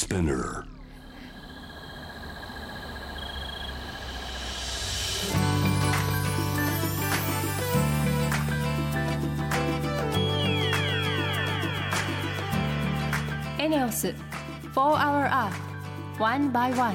Spinner. ENEOS 4-Hour Earth One by One。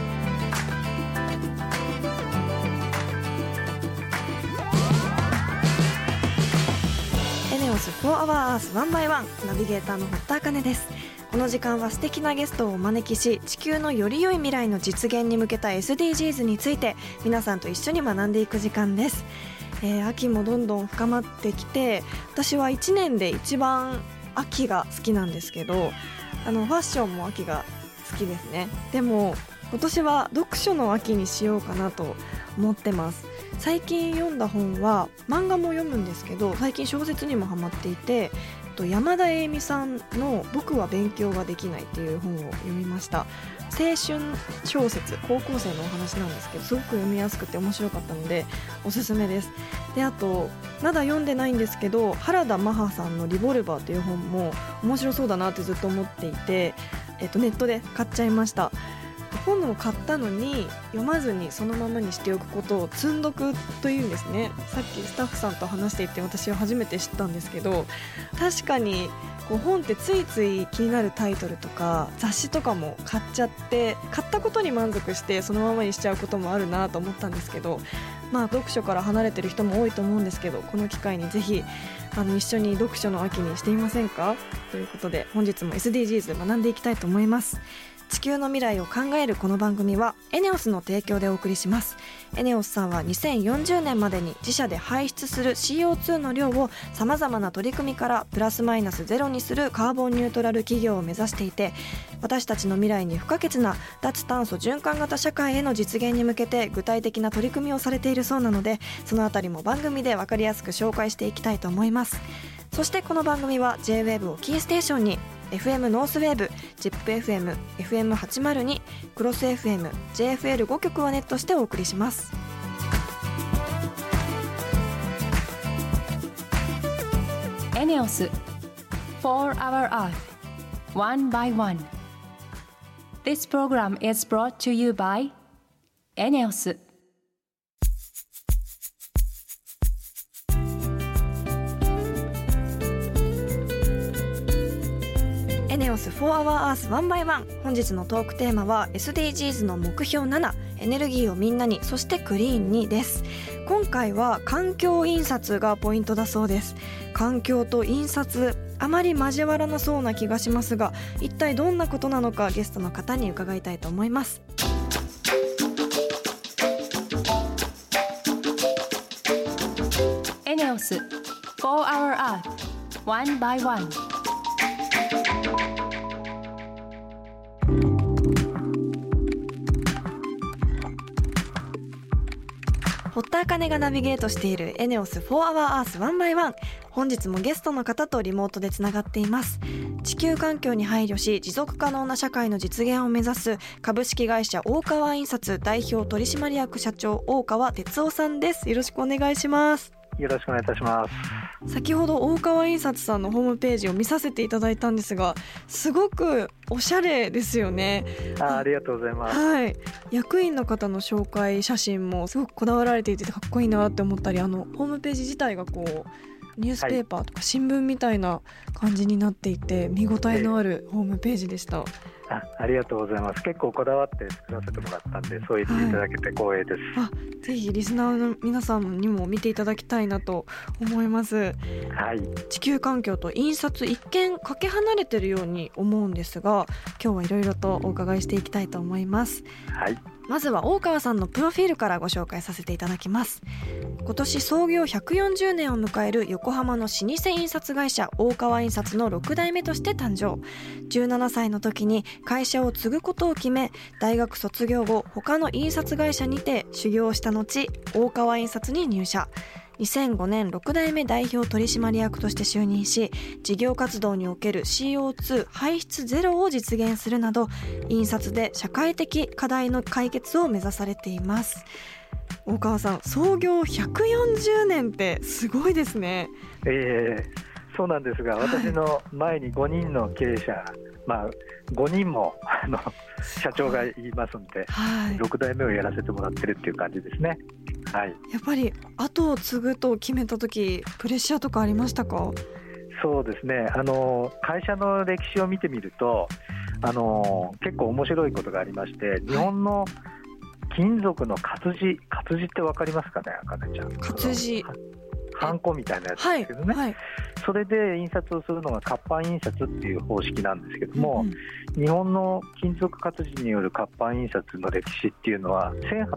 ENEOS 4-Hour Earth One by One、ナビゲーターの堀田茜です。この時間は素敵なゲストをお招きし、地球のより良い未来の実現に向けた SDGs について皆さんと一緒に学んでいく時間です。秋もどんどん深まってきて、私は1年で一番秋が好きなんですけど、ファッションも秋が好きですね。でも今年は読書の秋にしようかなと思ってます。最近読んだ本は漫画も読むんですけど、最近小説にもハマっていて、山田栄美さんの僕は勉強ができないっていう本を読みました。青春小説、高校生のお話なんですけど、すごく読みやすくて面白かったのでおすすめです。で、あとまだ読んでないんですけど、原田マハさんのリボルバーという本も面白そうだなってずっと思っていて、ネットで買っちゃいました。本を買ったのに読まずにそのままにしておくことを積んどくというんですね。さっきスタッフさんと話していて私は初めて知ったんですけど、確かに本ってついつい気になるタイトルとか雑誌とかも買っちゃって、買ったことに満足してそのままにしちゃうこともあるなと思ったんですけど、読書から離れてる人も多いと思うんですけど、この機会にぜひ一緒に読書の秋にしてみませんかということで、本日も SDGs 学んでいきたいと思います。地球の未来を考えるこの番組はENEOSの提供でお送りします。ENEOSさんは2040年までに自社で排出する CO2 の量をさまざまな取り組みからプラスマイナスゼロにするカーボンニュートラル企業を目指していて、私たちの未来に不可欠な脱炭素循環型社会への実現に向けて具体的な取り組みをされているそうなので、そのあたりも番組で分かりやすく紹介していきたいと思います。そしてこの番組は J-WAVE をキーステーションにFM ノースウェーブ、ZIPFM、FM802、クロス FM、JFL5 曲をネットしてお送りします。 ENEOS 4-Hour Earth One by One。 This program is brought to you by ENEOS。 ENEOS 4-Hour Earth One by One。 本日のトークテーマは SDGs の目標7、エネルギーをみんなに、そしてクリーンにです。今回は環境印刷がポイントだそうです。環境と印刷、あまり交わらなそうな気がしますが、一体どんなことなのかゲストの方に伺いたいと思います。 ENEOS 4-Hour Earth One by One。 堀田茜がナビゲートしている ENEOS 4-Hour Earth One by One。 本日もゲストの方とリモートでつながっています。地球環境に配慮し持続可能な社会の実現を目指す株式会社大川印刷代表取締役社長、大川哲夫さんです。よろしくお願いします。 よろしくお願いいたします。 先ほど大川印刷さんのホームページを見させていただいたんですが、すごくおしゃれですよね。 ありがとうございます。 はい、役員の方の紹介写真もすごくこだわられていてかっこいいなって思ったり、ホームページ自体がニュースペーパーとか新聞みたいな感じになっていて、見応えのあるホームページでした。 ありがとうございます。結構こだわって作らせてもらったんで、そう言っていただけて光栄です。 ぜひリスナーの皆さんにも見ていただきたいなと思います。はい、地球環境と印刷、一見かけ離れてるように思うんですが、今日はいろいろとお伺いしていきたいと思います。はい、まずは大川さんのプロフィールからご紹介させていただきます。今年創業140年を迎える横浜の老舗印刷会社大川印刷の6代目として誕生。17歳の時に会社を継ぐことを決め、大学卒業後他の印刷会社にて修行した後、大川印刷に入社。2005年6代目代表取締役として就任し、事業活動における CO2 排出ゼロを実現するなど、印刷で社会的課題の解決を目指されています。大川さん、創業140年ってすごいですね。 そうなんですが、私の前に5人の経営者、5人も社長がいますんで、6代目をやらせてもらってるっていう感じですね。はい、 やっぱり後を継ぐと決めた時プレッシャーとかありましたか？ そうですね、会社の歴史を見てみると結構面白いことがありまして、日本の金属の活字って分かりますかね、あかねちゃん。 活字、 ハンコみたいなやつですけどね、それで印刷をするのが活版印刷っていう方式なんですけども、日本の金属活字による活版印刷の歴史っていうのは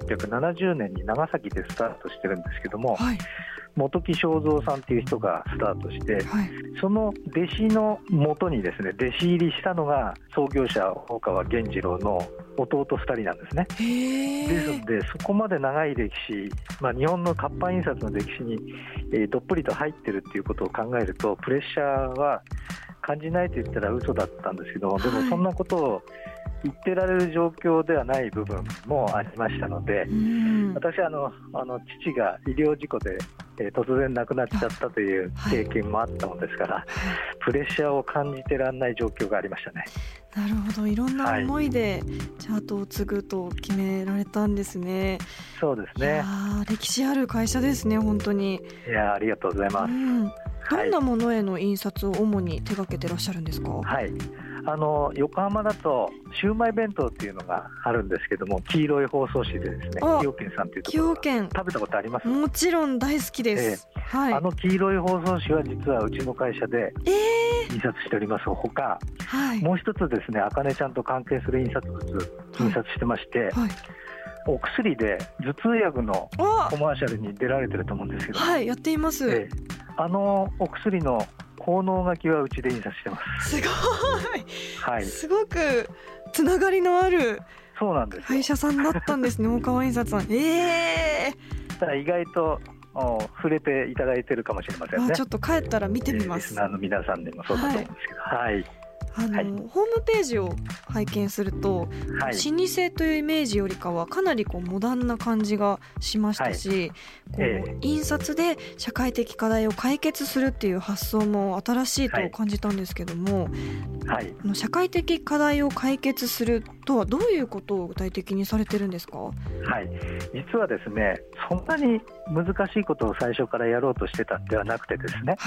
1870年に長崎でスタートしてるんですけども、本木正蔵さんっていう人がスタートして、その弟子のもとにですね、弟子入りしたのが創業者大川源次郎の弟2人なんですね。ですので、そこまで長い歴史、日本の活版印刷の歴史に、どっぷりと入ってるっていうことを考えると、プレッシャーは感じないと言ったら嘘だったんですけども、でもそんなことを言ってられる状況ではない部分もありましたので、私は父が医療事故で、突然亡くなっちゃったという経験もあったものですから、プレッシャーを感じてらんない状況がありましたね。 なるほど、いろんな思いでチャートを継ぐと決められたんですね。 そうですね。 歴史ある会社ですね、本当に。 いや、ありがとうございます。 どんなものへの印刷を主に手掛けてらっしゃるんですか？ 横浜だとシウマイ弁当っていうのがあるんですけども、黄色い包装紙でですね、崎陽軒さんというところ、食べたことあります？ もちろん大好きです。 黄色い包装紙は実はうちの会社で印刷しておりますほか、もう一つですね、あかねちゃんと関係する印刷物印刷してまして、お薬で頭痛薬のコマーシャルに出られてると思うんですけど、 やっています。 お薬の効能書きはうちで印刷してます。 すごい、すごくつながりのある会社さんだったんですね、大川印刷さん。 意外と触れていただいてるかもしれませんね。 ちょっと帰ったら見てみます。 リスナーの皆さんでもそうだと思うんですけど、 ホームページを拝見すると、老舗というイメージよりかはかなりモダンな感じがしましたし、印刷で社会的課題を解決するっていう発想も新しいと感じたんですけども、社会的課題を解決するとはどういうことを具体的にされてるんですか？ 実はですね、そんなに難しいことを最初からやろうとしてたんではなくてですね、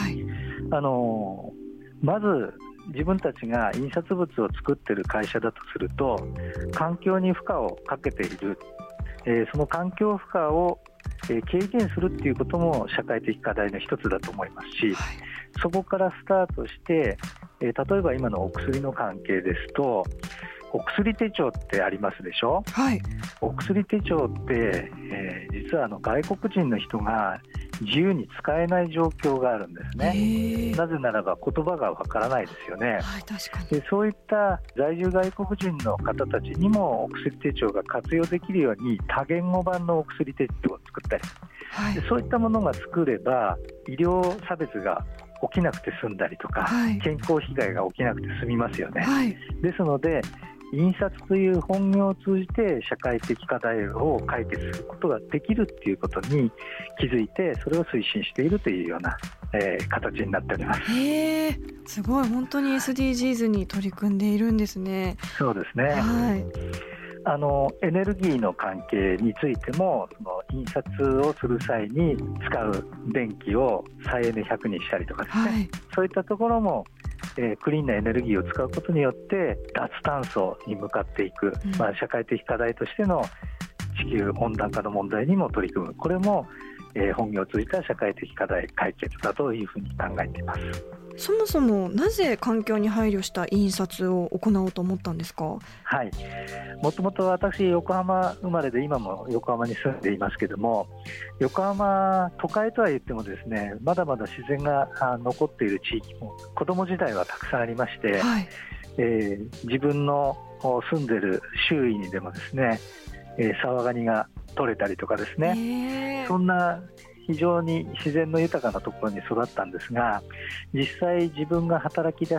まず自分たちが印刷物を作っている会社だとすると、環境に負荷をかけている、その環境負荷を軽減するっていうことも社会的課題の一つだと思いますし、そこからスタートして、例えば今のお薬の関係ですと、お薬手帳ってありますでしょ。お薬手帳って、実は外国人の人が自由に使えない状況があるんですね。なぜならば言葉がわからないですよね。でそういった在住外国人の方たちにもお薬手帳が活用できるように多言語版のお薬手帳を作ったり、でそういったものが作れば医療差別が起きなくて済んだりとか、健康被害が起きなくて済みますよね。ですので印刷という本業を通じて社会的課題を解決することができるっていうことに気づいて、それを推進しているというような、形になっております。 すごい、本当に SDGs に取り組んでいるんですね。 そうですね。エネルギーの関係についても、その印刷をする際に使う電気を再エネ100にしたりとかですね、そういったところもクリーンなエネルギーを使うことによって脱炭素に向かっていく、社会的課題としての地球温暖化の問題にも取り組む、これも、本業を通じた社会的課題解決だというふうに考えています。 そもそもなぜ環境に配慮した印刷を行おうと思ったんですか？ もともと私横浜生まれで今も横浜に住んでいますけども、横浜都会とは言ってもですね、まだまだ自然が残っている地域も子供時代はたくさんありまして、自分の住んでいる周囲にでもですね、サワガニが取れたりとかですね、そんな非常に自然の豊かなところに育ったんですが、実際自分が働き出して、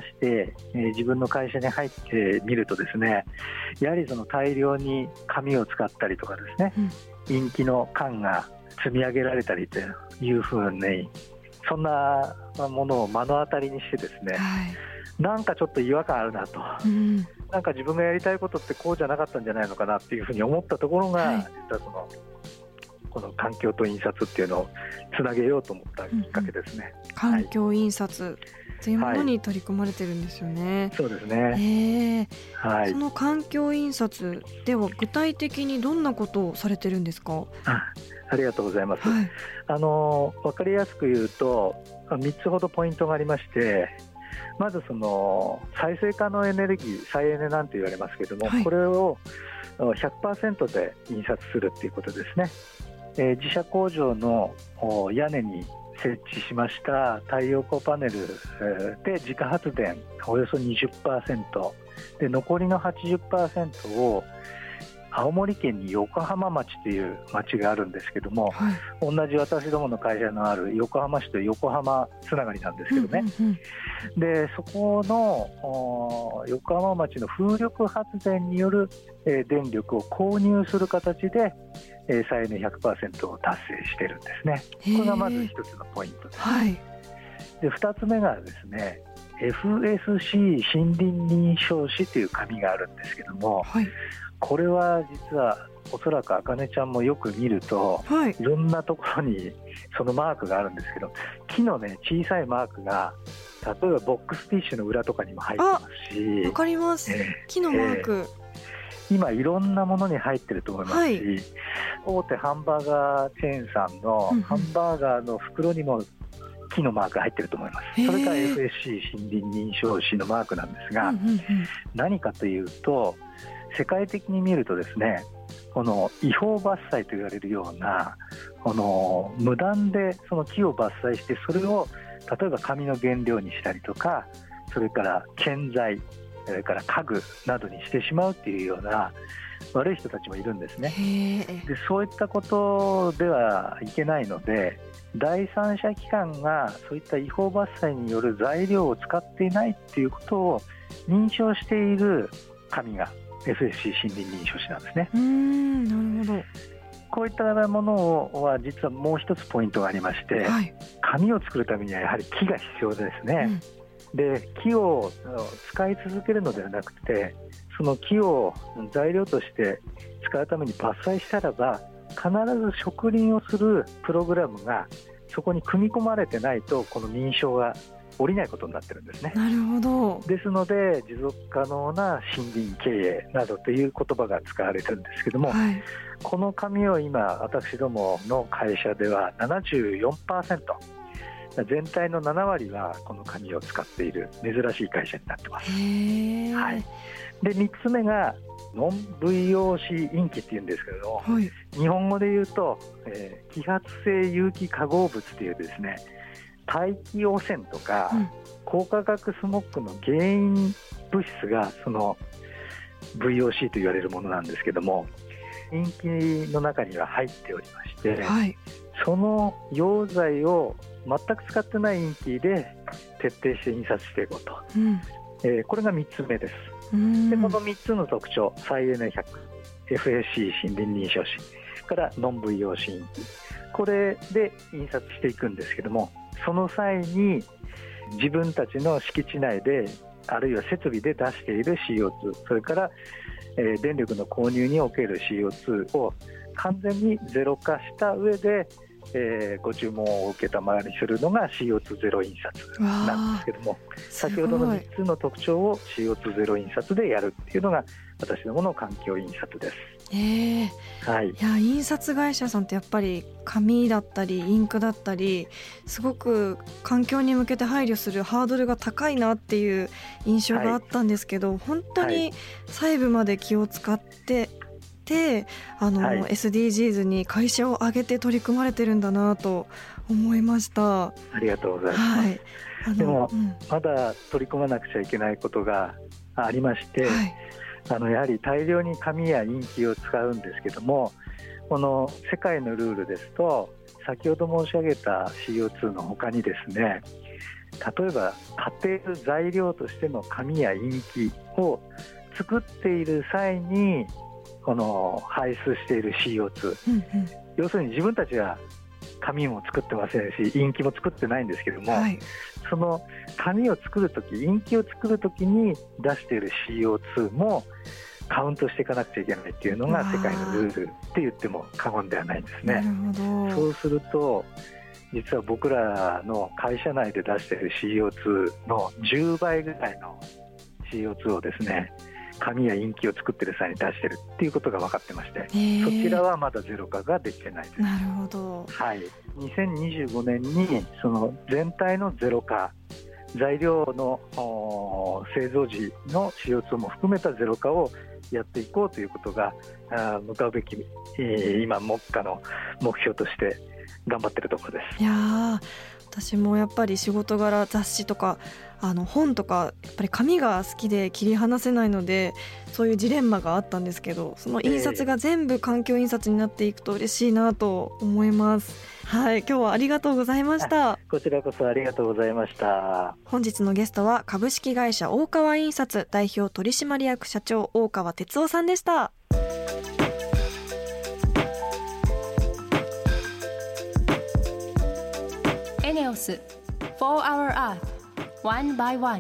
自分の会社に入ってみるとですね、やはりその大量に紙を使ったりとかですね、インキの缶が積み上げられたりというふうにそんなものを目の当たりにしてですね、なんかちょっと違和感あるなと、なんか自分がやりたいことってこうじゃなかったんじゃないのかなっていうふうに思ったところが、実はこの環境と印刷っていうのをつなげようと思ったきっかけですね。 環境印刷というものに取り組まれてるんですよね。 そうですね。 その環境印刷では具体的にどんなことをされてるんですか？ ありがとうございます。分かりやすく言うと3つほどポイントがありまして、まず再生可能エネルギー、再エネなんて言われますけども、これを 100% で印刷するっていうことですね。自社工場の屋根に設置しました太陽光パネルで自家発電およそ 20% で、残りの 80% を青森県に横浜町という町があるんですけども、同じ私どもの会社のある横浜市と横浜つながりなんですけどね、でそこの横浜町の風力発電による電力を購入する形で再エネ 100% を達成しているんですね。これがまず一つのポイントです。で2つ目がですね、 FSC 森林認証紙という紙があるんですけども、これは実はおそらくあかねちゃんもよく見ると、いろんなところにそのマークがあるんですけど、木のね小さいマークが例えばボックスティッシュの裏とかにも入ってますし、 わかります、木のマーク、 今いろんなものに入ってると思いますし、大手ハンバーガーチェーンさんのハンバーガーの袋にも木のマークが入ってると思います。それが FSC 森林認証紙のマークなんですが、何かというと世界的に見るとですね、この違法伐採と言われるような無断でその木を伐採して、それを例えば紙の原料にしたりとか、それから建材、それから家具などにしてしまうっていうような悪い人たちもいるんですね。でそういったことではいけないので、第三者機関がそういった違法伐採による材料を使っていないっていうことを認証している紙が FSC 森林認証紙なんですね。 なるほど。 こういったものは実はもう一つポイントがありまして、紙を作るためにはやはり木が必要ですね。で木を使い続けるのではなくて、その木を材料として使うために伐採したらば、必ず植林をするプログラムがそこに組み込まれてないと、この認証が下りないことになってるんですね。 なるほど。 ですので持続可能な森林経営などという言葉が使われてるんですけども、この紙を今私どもの会社では 74%、全体の7割はこの紙を使っている珍しい会社になってます。で3つ目がノン VOC インキっていうんですけれども、日本語で言うと、揮発性有機化合物というですね、大気汚染とか、高化学スモッグの原因物質がその VOC と言われるものなんですけども、インキの中には入っておりまして、その溶剤を全く使ってないインキで徹底して印刷していこうと、これが3つ目です。でこの3つの特徴、再エネ100、FSC 森林認証紙からノン VOC インキ、これで印刷していくんですけども、その際に自分たちの敷地内であるいは設備で出している CO2、 それから、電力の購入における CO2 を完全にゼロ化した上で、ご注文を受けたまわりするのが CO2 ゼロ印刷なんですけども、先ほどの3つの特徴を CO2 ゼロ印刷でやるっていうのが私どもの環境印刷です。いや印刷会社さんってやっぱり紙だったりインクだったり、すごく環境に向けて配慮するハードルが高いなっていう印象があったんですけど、本当に細部まで気を使ってSDGs に会社を挙げて取り組まれてるんだなと思いました。 ありがとうございます。でも、まだ取り組まなくちゃいけないことがありまして、やはり大量に紙やインキを使うんですけども、この世界のルールですと、先ほど申し上げた CO2 の他にですね、例えば家庭材料としての紙やインキを作っている際にこの排出している CO2、要するに自分たちが紙も作ってませんし、インキも作ってないんですけども、 はい、その紙を作るとき、インキを作るときに出している CO2 もカウントしていかなくちゃいけないっていうのが世界のルールって言っても過言ではないんですね。 なるほど。 そうすると実は僕らの会社内で出している CO2 の10倍ぐらいの CO2 をですね、紙やインキを作っている際に出しているっていうことが分かってまして、そちらはまだゼロ化ができてないです。 なるほど。 はい、2025年にその全体のゼロ化、材料の製造時の CO2 も含めたゼロ化をやっていこうということが向かうべき、今目下の目標として頑張っているところです。 いや私もやっぱり仕事柄雑誌とか本とかやっぱり紙が好きで切り離せないので、そういうジレンマがあったんですけど、その印刷が全部環境印刷になっていくと嬉しいなと思います。はい、今日はありがとうございました。 こちらこそありがとうございました。 本日のゲストは株式会社大川印刷代表取締役社長大川哲夫さんでした。 エネオス For Our Earth One by One。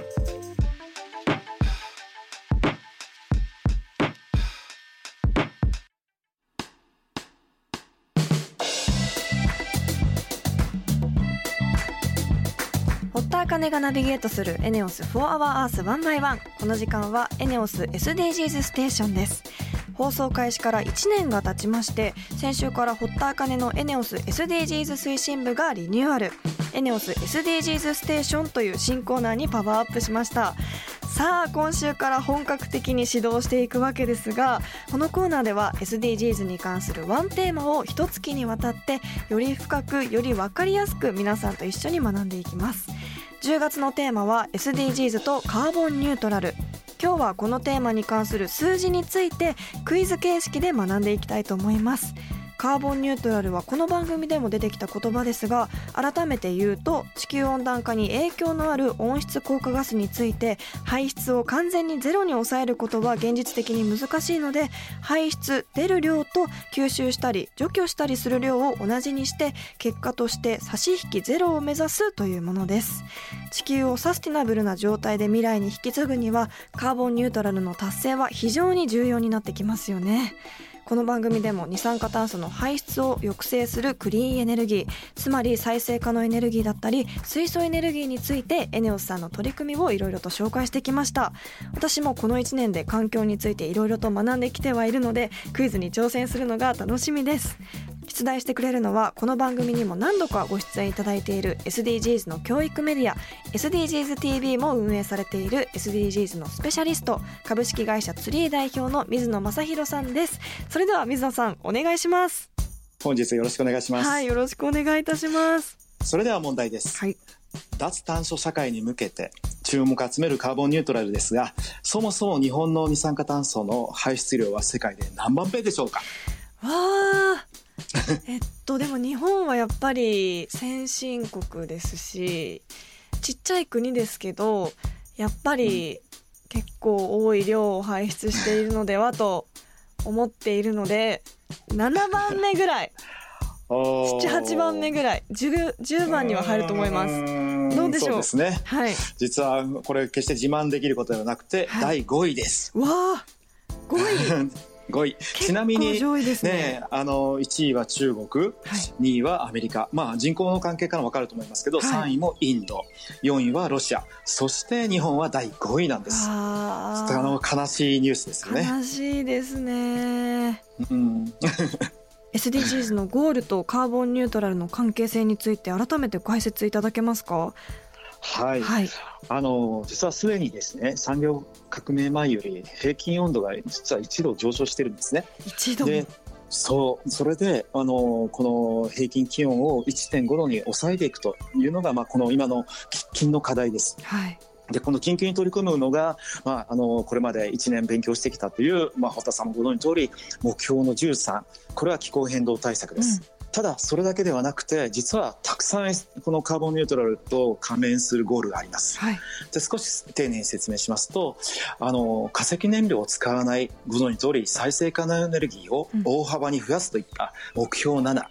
堀田茜がナビゲートするエネオス For Our Earth One by One。この時間はエネオス SDGs ステーションです。放送開始から1年が経ちまして、先週から堀田茜のエネオス SDGs 推進部がリニューアル、エネオス SDGs ステーションという新コーナーにパワーアップしました。さあ今週から本格的に指導していくわけですが、このコーナーでは SDGs に関するワンテーマを一月にわたってより深くより分かりやすく皆さんと一緒に学んでいきます。10月のテーマは SDGs とカーボンニュートラル。今日はこのテーマに関する数字についてクイズ形式で学んでいきたいと思います。カーボンニュートラルはこの番組でも出てきた言葉ですが、改めて言うと地球温暖化に影響のある温室効果ガスについて排出を完全にゼロに抑えることは現実的に難しいので、排出出る量と吸収したり除去したりする量を同じにして結果として差し引きゼロを目指すというものです。地球をサスティナブルな状態で未来に引き継ぐにはカーボンニュートラルの達成は非常に重要になってきますよね。この番組でも二酸化炭素の排出を抑制するクリーンエネルギー、つまり再生可能エネルギーだったり水素エネルギーについてエネオスさんの取り組みをいろいろと紹介してきました。私もこの1年で環境についていろいろと学んできてはいるので、クイズに挑戦するのが楽しみです。出題してくれるのはこの番組にも何度かご出演いただいている SDGs の教育メディア SDGs TV も運営されている SDGs のスペシャリスト、株式会社ツリー代表の水野正弘さんです。それでは水野さんお願いします。 本日よろしくお願いします。 はい、よろしくお願いいたします。 それでは問題です。 はい、 脱炭素社会に向けて注目を集めるカーボンニュートラルですが、そもそも日本の二酸化炭素の排出量は世界で何番目でしょうか？ わーでも日本はやっぱり先進国ですし、ちっちゃい国ですけどやっぱり結構多い量を排出しているのではと思っているので、7番目ぐらい7、8番目ぐらい 10番には入ると思います。どうでしょう？ そうですね、 はい、 実はこれ決して自慢できることではなくて、はい、第5位です。 わー5位 5位。ちなみに、 1 位は中国、はい、2位はアメリカ、人口の関係から分かると思いますけど、はい、3位もインド、4位はロシア、そして日本は第5位なんです。悲しいニュースですよね。 悲しいですね、SDGs のゴールとカーボンニュートラルの関係性について改めて解説いただけますか？ はい、はい、実はすでにですね、産業革命前より平均温度が実は1度上昇してるんですね。 1度で、それでこの平均気温を 1.5 度に抑えていくというのが、この今の喫緊の課題です。 はい。 でこの緊急に取り組むのが、これまで1年勉強してきたという、堀田さんもご存じの通り目標の13、これは気候変動対策です。ただそれだけではなくて、実はたくさんこのカーボンニュートラルと関連するゴールがあります。はい、で少し丁寧に説明しますと、化石燃料を使わない、ご存じの通り再生可能エネルギーを大幅に増やすといった目標7、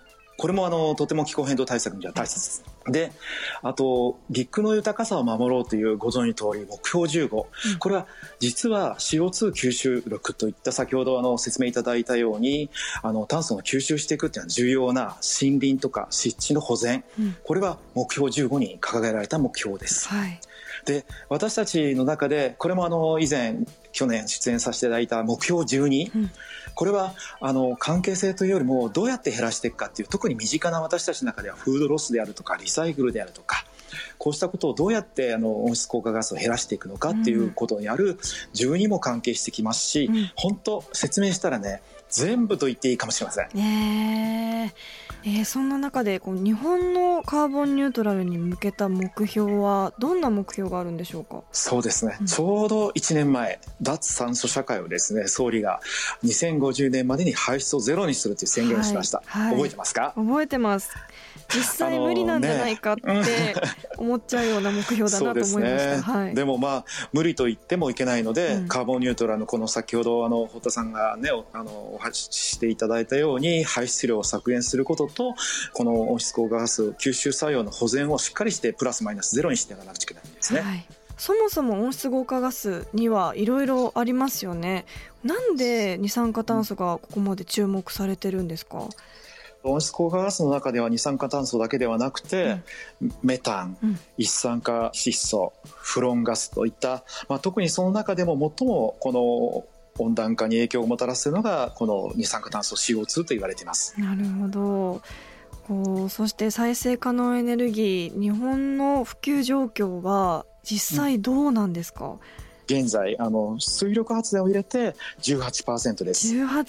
これもとても気候変動対策には大切です。で、あと陸の豊かさを守ろうというご存知の通り目標15、これは実は CO2 吸収力といった先ほど説明いただいたように炭素を吸収していくっていうのは重要な森林とか湿地の保全、これは目標15に掲げられた目標です。はい、で私たちの中でこれも以前去年出演させていただいた目標12、これは関係性というよりもどうやって減らしていくかっていう、特に身近な私たちの中ではフードロスであるとかリサイクルであるとか、こうしたことをどうやって温室効果ガスを減らしていくのかっていうことにある12も関係してきますし、本当説明したらね全部と言っていいかもしれません。 そんな中で日本のカーボンニュートラルに向けた目標はどんな目標があるんでしょうか。 そうですね、ちょうど1年前脱炭素社会をですね、総理が2050年までに排出をゼロにするという宣言をしました。覚えてますか？ 覚えてます。実際無理なんじゃないかって思っちゃうような目標だなと思いました。 でも無理と言ってもいけないので、カーボンニュートラルのこの先ほど堀田さんがねお話ししていただいたように排出量を削減することと、この温室効果ガス吸収作用の保全をしっかりしてプラスマイナスゼロにしていかなくちゃいけないんですね。 そもそも温室効果ガスにはいろいろありますよね。なんで二酸化炭素がここまで注目されてるんですか？ 温室効果ガスの中では二酸化炭素だけではなくて、メタン、一酸化窒素、フロンガスといった、特にその中でも最もこの温暖化に影響をもたらすのがこの二酸化炭素 CO2 と言われています。 なるほど。そして再生可能エネルギー、日本の普及状況は実際どうなんですか？ 現在水力発電を入れて 18% です。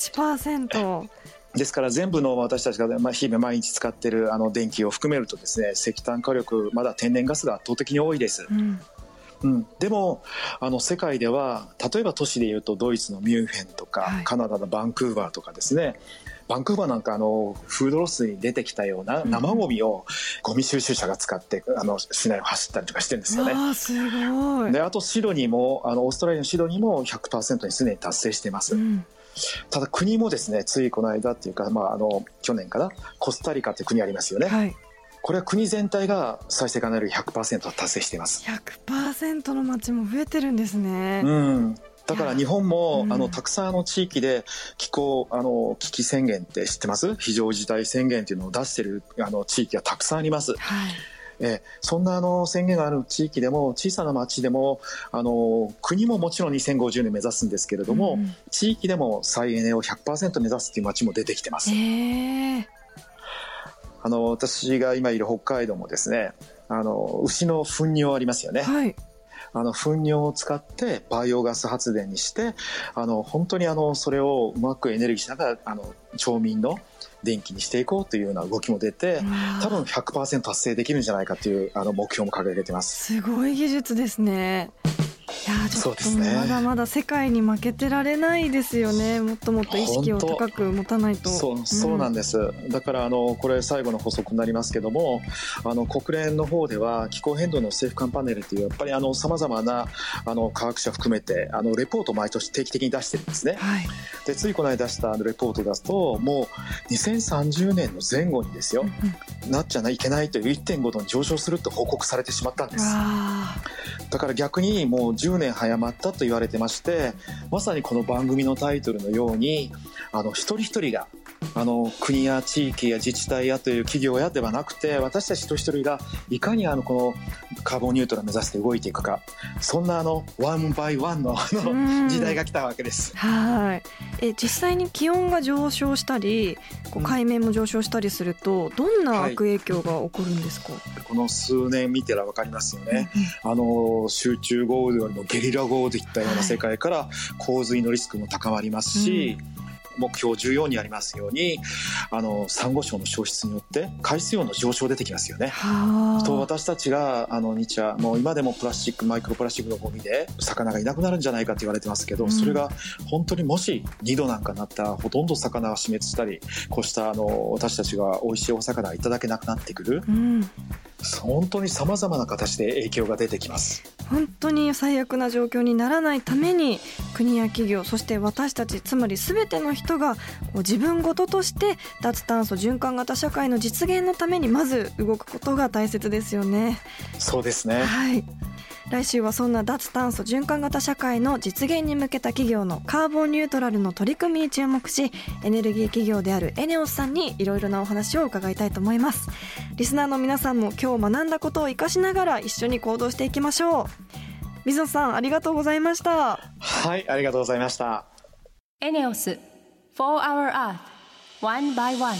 18% ですから全部の私たちが日々毎日使っている電気を含めるとですね、石炭火力まだ天然ガスが圧倒的に多いです。でも世界では例えば都市でいうとドイツのミュンヘンとか、カナダのバンクーバーとかですね、バンクーバーなんかフードロスに出てきたような生ゴミをゴミ収集車が使って市内を走ったりとかしてるんですよね。 すごい。 であとシドニーもオーストラリアのシドニーも 100% にすでに達成しています。ただ国もですね、ついこの間っていうか、去年からコスタリカって国ありますよね。これは国全体が再生可能エネルギー 100% 達成しています。 100% の町も増えてるんですね。 だから日本もたくさん地域で気候危機宣言って知ってます？非常事態宣言っていうのを出している地域がたくさんあります。そんな宣言がある地域でも小さな町でも国ももちろん2050年目指すんですけれども、地域でも再エネを 100% 目指すという町も出てきてます。私が今いる北海道もですね、牛の糞尿ありますよね。糞尿を使ってバイオガス発電にして本当にそれをうまくエネルギーしながら町民の電気にしていこうというような動きも出て、多分 100% 達成できるんじゃないかという目標も掲げてます。 すごい技術ですね。いやちょっとまだまだ世界に負けてられないですよね。もっともっと意識を高く持たないと。 そうなんです。だからこれ最後の補足になりますけども、国連の方では気候変動の政府間パネルっていうやっぱりさまざまな科学者含めてレポートを毎年定期的に出してるんですね。でついこの間出したレポートを出すと、もう2030年の前後にですよ、なっちゃいけないという 1.5 度に上昇すると報告されてしまったんです。だから逆にもう10年早まったと言われてまして、まさにこの番組のタイトルのように一人一人が国や地域や自治体やという企業やではなくて、私たち一人一人がいかにこのカーボンニュートラルを目指して動いていくか、そんなワンバイワンの時代が来たわけです。 実際に気温が上昇したり海面も上昇したりするとどんな悪影響が起こるんですか？ この数年見てら分かりますよね。集中豪雨よりもゲリラ豪雨といったような世界から洪水のリスクも高まりますし、目標14にありますようにサンゴ礁の消失によって海水温の上昇出てきますよね。と私たちが日夜もう今でもプラスチックマイクロプラスチックのゴミで魚がいなくなるんじゃないかと言われてますけど、それが本当にもし2度なんかなったらほとんど魚が死滅したり、こうした私たちが美味しいお魚がいただけなくなってくる、本当にさまざまな形で影響が出てきます。 本当に最悪な状況にならないために国や企業、そして私たち、つまり全ての人が自分事として脱炭素循環型社会の実現のためにまず動くことが大切ですよね。 そうですね。 はい、来週はそんな脱炭素循環型社会の実現に向けた企業のカーボンニュートラルの取り組みに注目し、エネルギー企業であるエネオスさんにいろいろなお話を伺いたいと思います。リスナーの皆さんも今日学んだことを生かしながら一緒に行動していきましょう。水野さん、ありがとうございました。 はい、ありがとうございました。 エネオス For Our Earth One by One。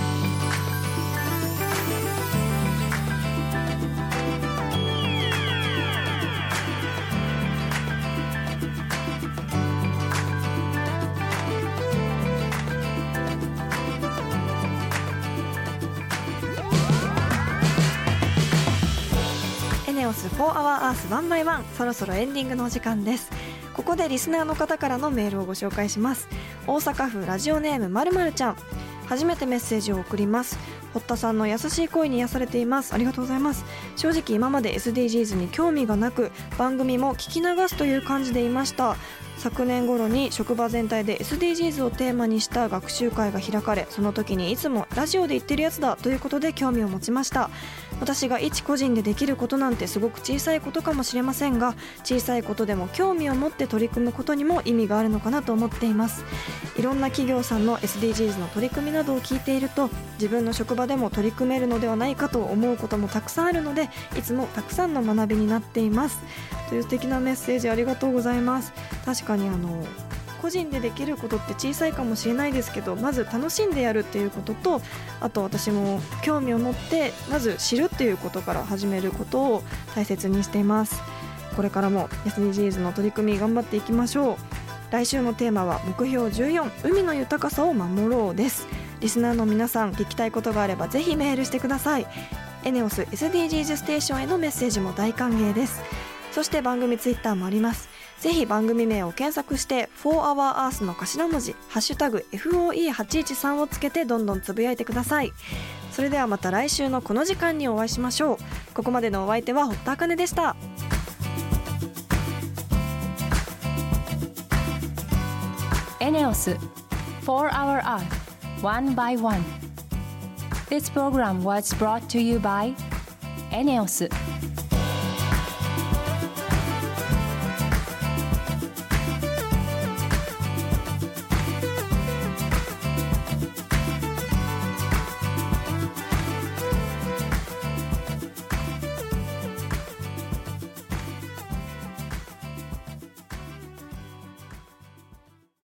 エネオス For Our Earth One by One、そろそろエンディングのお時間です。ここでリスナーの方からのメールをご紹介します。大阪府ラジオネームまるまるちゃん、初めてメッセージを送ります。堀田さんの優しい声に癒されています。ありがとうございます。正直今まで SDGs に興味がなく、番組も聞き流すという感じでいました。昨年頃に職場全体で SDGs をテーマにした学習会が開かれ、その時にいつもラジオで言ってるやつだということで興味を持ちました。私が一個人でできることなんてすごく小さいことかもしれませんが、小さいことでも興味を持って取り組むことにも意味があるのかなと思っています。いろんな企業さんの SDGs の取り組みなどを聞いていると、自分の職場でも取り組めるのではないかと思うこともたくさんあるので、いつもたくさんの学びになっています、という素敵なメッセージありがとうございます。確かに個人でできることって小さいかもしれないですけど、まず楽しんでやるっていうことと、あと私も興味を持ってまず知るっていうことから始めることを大切にしています。これからも SDGs の取り組み頑張っていきましょう。来週のテーマは目標14、海の豊かさを守ろうです。リスナーの皆さん、聞きたいことがあればぜひメールしてください。エネオス SDGs ステーションへのメッセージも大歓迎です。そして番組ツイッターもあります。ぜひ番組名を検索して For Our Earth の頭文字ハッシュタグ FOE813 をつけてどんどんつぶやいてください。それではまた来週のこの時間にお会いしましょう。ここまでのお相手は堀田茜でした。 エネオス For Our Earth One by One。 This program was brought to you by エネオス。